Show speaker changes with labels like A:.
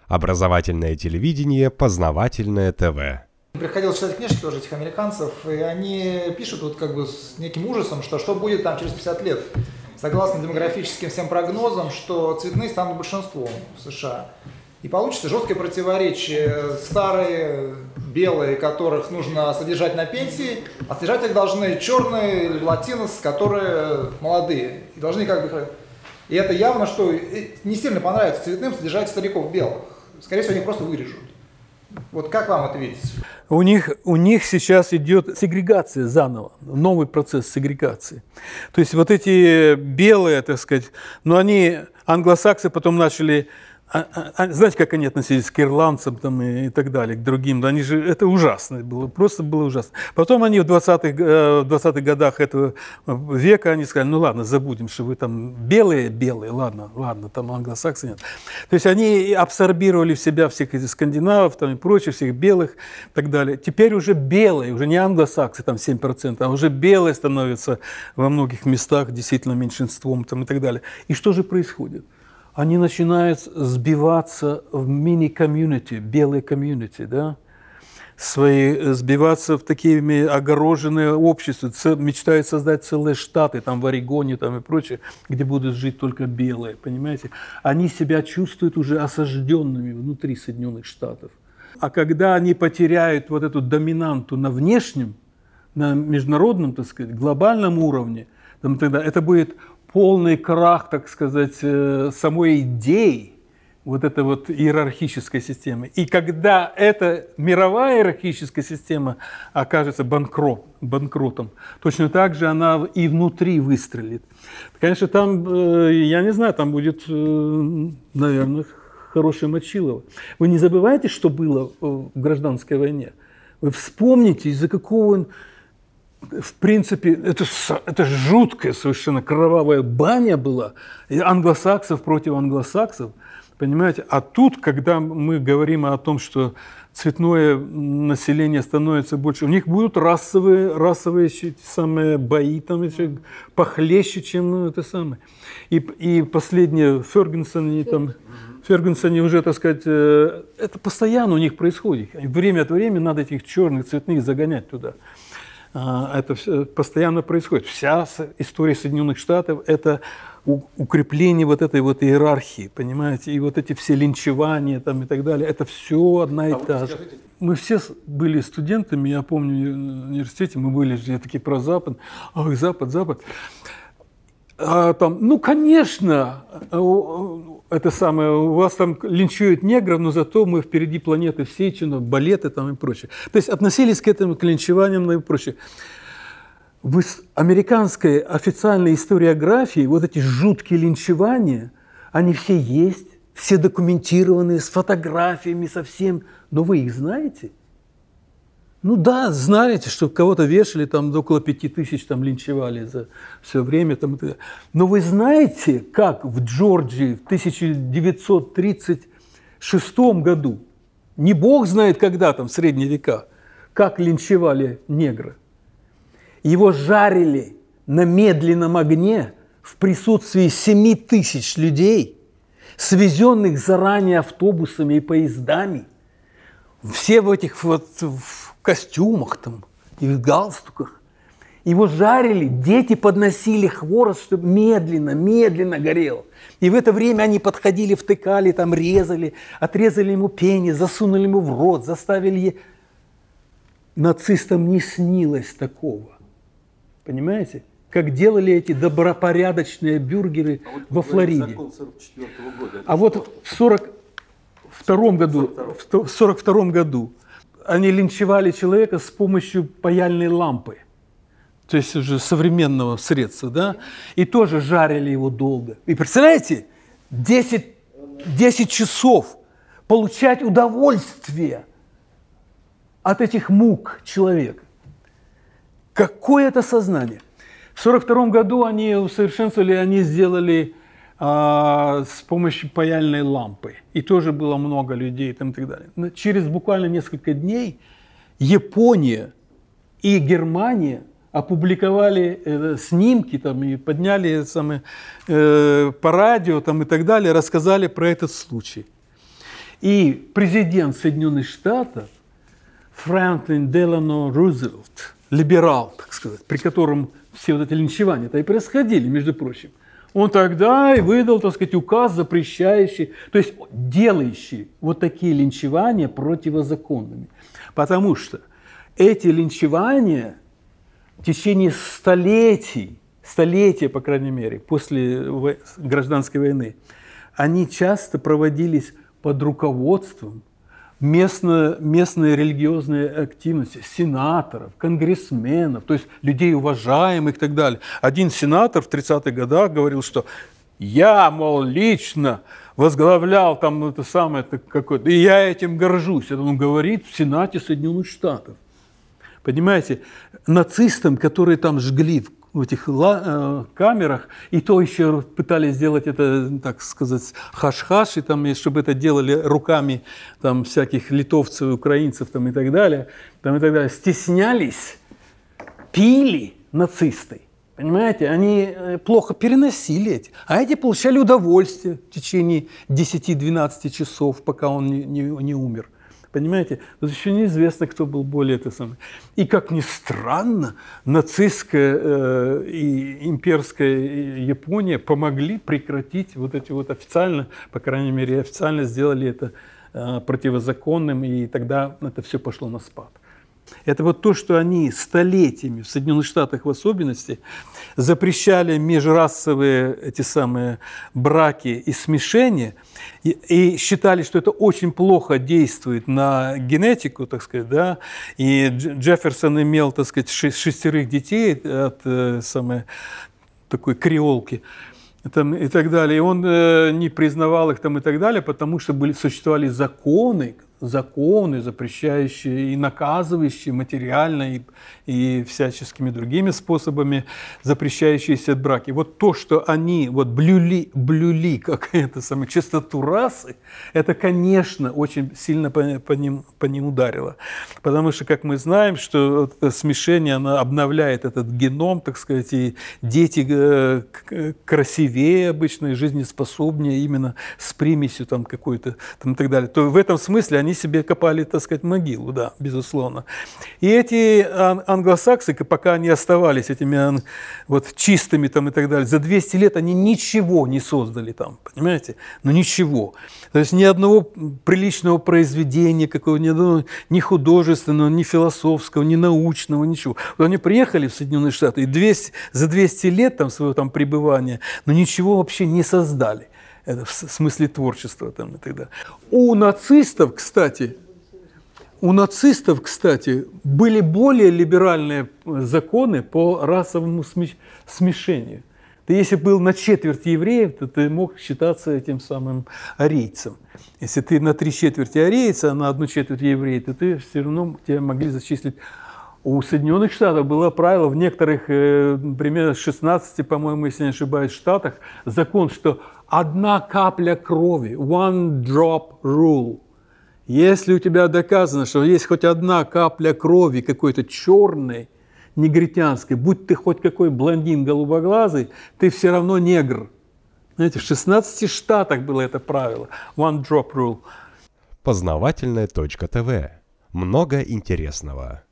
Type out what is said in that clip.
A: Образовательное телевидение, познавательное ТВ.
B: Приходилось читать книжки тоже этих американцев, и они пишут вот как бы с неким ужасом, что будет там через 50 лет. Согласно демографическим всем прогнозам, что цветные станут большинством в США. И получится жесткое противоречие. Старые, белые, которых нужно содержать на пенсии, а содержать их должны черные, латинос, которые молодые. И должны как бы... И это явно, что не сильно понравится цветным содержать стариков белых. Скорее всего, они просто вырежут. Вот как вам это видится?
C: У них сейчас идет сегрегация заново, новый процесс сегрегации. То есть вот эти белые, так сказать, но они, англосаксы, потом начали... знаете, как они относились к ирландцам там, и так далее, к другим? Они же, это ужасно было, просто было ужасно. Потом они в 20-х годах этого века они сказали, ну ладно, забудем, что вы там белые, ладно, там англосаксы нет. То есть они абсорбировали в себя всех этих скандинавов там, и прочих, всех белых и так далее. Теперь уже белые, уже не англосаксы, там 7%, а уже белые становятся во многих местах действительно меньшинством там, и так далее. И что же происходит? Они начинают сбиваться в мини-комьюнити, белые комьюнити, да? Сбиваться в такие огороженные общества, мечтают создать целые штаты, там в Орегоне там, и прочее, где будут жить только белые, понимаете? Они себя чувствуют уже осажденными внутри Соединенных Штатов. А когда они потеряют вот эту доминанту на внешнем, на международном, так сказать, глобальном уровне, тогда это будет... полный крах, так сказать, самой идеи вот этой вот иерархической системы. И когда эта мировая иерархическая система окажется банкротом, точно так же она и внутри выстрелит. Конечно, там, я не знаю, там будет, наверное, хорошее мочилово. Вы не забывайте, что было в гражданской войне. Вы вспомните, из-за какого... В принципе, это жуткая совершенно кровавая баня была. Англосаксов против англосаксов. Понимаете? А тут, когда мы говорим о том, что цветное население становится больше, у них будут расовые самые бои, там еще похлеще, чем это самое. И последнее, в Фергюсоне уже, так сказать, это постоянно у них происходит. Время от времени надо этих черных цветных загонять туда. Это постоянно происходит. Вся история Соединенных Штатов – это укрепление вот этой вот иерархии, понимаете? И вот эти все линчевания там и так далее – это все одна и та же. Мы все были студентами, я помню, в университете мы были такие про Запад. Ой, Запад. Там, ну, конечно, это самое, у вас там линчуют негров, но зато мы впереди планеты всей, балеты там и прочее. То есть относились к этому, к линчеваниям и прочее. В американской официальной историографии вот эти жуткие линчевания, они все есть, все документированные, с фотографиями, со всем. Но вы их знаете? Ну да, знаете, что кого-то вешали, там около 5000 там линчевали за все время. Там, но вы знаете, как в Джорджии в 1936 году, не бог знает когда там, в средние века, как линчевали негра. Его жарили на медленном огне в присутствии 7000 людей, свезенных заранее автобусами и поездами. Все в этих вот в костюмах там и в галстуках. Его жарили, дети подносили хворост, чтобы медленно горел. И в это время они подходили, втыкали, там резали, отрезали ему пенис, засунули ему в рот, заставили... Нацистам не снилось такого. Понимаете? Как делали эти добропорядочные бюргеры во Флориде.
D: Закон 44-го года.
C: А вот в 42 году они линчевали человека с помощью паяльной лампы, то есть уже современного средства, да, и тоже жарили его долго. И представляете, 10 часов получать удовольствие от этих мук человека. Какое это сознание? В 42 году они усовершенствовали, они сделали с помощью паяльной лампы. И тоже было много людей там, и так далее. Но через буквально несколько дней Япония и Германия опубликовали снимки там, и подняли по радио там, и так далее, рассказали про этот случай. И президент Соединенных Штатов Франклин Делано Рузвельт, либерал, так сказать, при котором все вот эти линчевания-то и происходили, между прочим, он тогда и выдал, так сказать, указ, запрещающий, то есть делающий вот такие линчевания противозаконными. Потому что эти линчевания в течение столетия, по крайней мере, после гражданской войны, они часто проводились под руководством местной религиозной активности, сенаторов, конгрессменов, то есть людей уважаемых и так далее. Один сенатор в 30-х годах говорил, что я, мол, лично возглавлял там это самое какое-то, и я этим горжусь. Это он говорит в Сенате Соединенных Штатов. Понимаете, нацистам, которые там жгли в этих камерах, и то еще пытались сделать это, так сказать, хаш-хаш, и там, чтобы это делали руками там, всяких литовцев, украинцев там, и так далее, стеснялись, пили нацисты. Понимаете, они плохо переносили эти, а эти получали удовольствие в течение 10-12 часов, пока он не умер. Понимаете, тут еще неизвестно, кто был более это самое. И, как ни странно, нацистская и имперская Япония помогли прекратить вот эти вот официально, по крайней мере, официально сделали это противозаконным, и тогда это все пошло на спад. Это вот то, что они столетиями, в Соединенных Штатах в особенности, запрещали межрасовые эти самые браки и смешения, и считали, что это очень плохо действует на генетику, так сказать, да. И Джефферсон имел, так сказать, 6 детей от такой креолки. Там, и так далее. И он не признавал их там и так далее, потому что существовали законы, запрещающие и наказывающие материально и всяческими другими способами запрещающиеся браки. Вот то, что они вот блюли какую-то самую чистоту расы, это, конечно, очень сильно по ним ударило. Потому что, как мы знаем, что смешение, оно обновляет этот геном, так сказать, и дети красивее обычно и жизнеспособнее именно с примесью там какой-то там и так далее. То в этом смысле они себе копали, так сказать, могилу, да, безусловно. И эти англосаксы, пока они оставались этими вот чистыми там и так далее, за 200 лет они ничего не создали там, понимаете? Ну ничего. То есть ни одного приличного произведения, ни художественного, ни философского, ни научного, ничего. Вот они приехали в Соединенные Штаты и за 200 лет там своего там пребывания, но ничего вообще не создали. Это в смысле творчества там и так далее. У нацистов, кстати, были более либеральные законы по расовому смешению. Ты если был на четверть евреев, то ты мог считаться этим самым арийцем. Если ты на 3/4 арийца, а на 1/4 еврей, то ты все равно тебя могли зачислить. У Соединенных Штатов было правило в некоторых, примерно 16, по-моему, если не ошибаюсь, штатах, закон, что 1 капля крови, one drop rule. Если у тебя доказано, что есть хоть 1 капля крови какой-то черной, негритянской, будь ты хоть какой блондин голубоглазый, ты все равно негр. Знаете, в 16 штатах было это правило, one drop rule.
A: Познавательная.тв. Много интересного.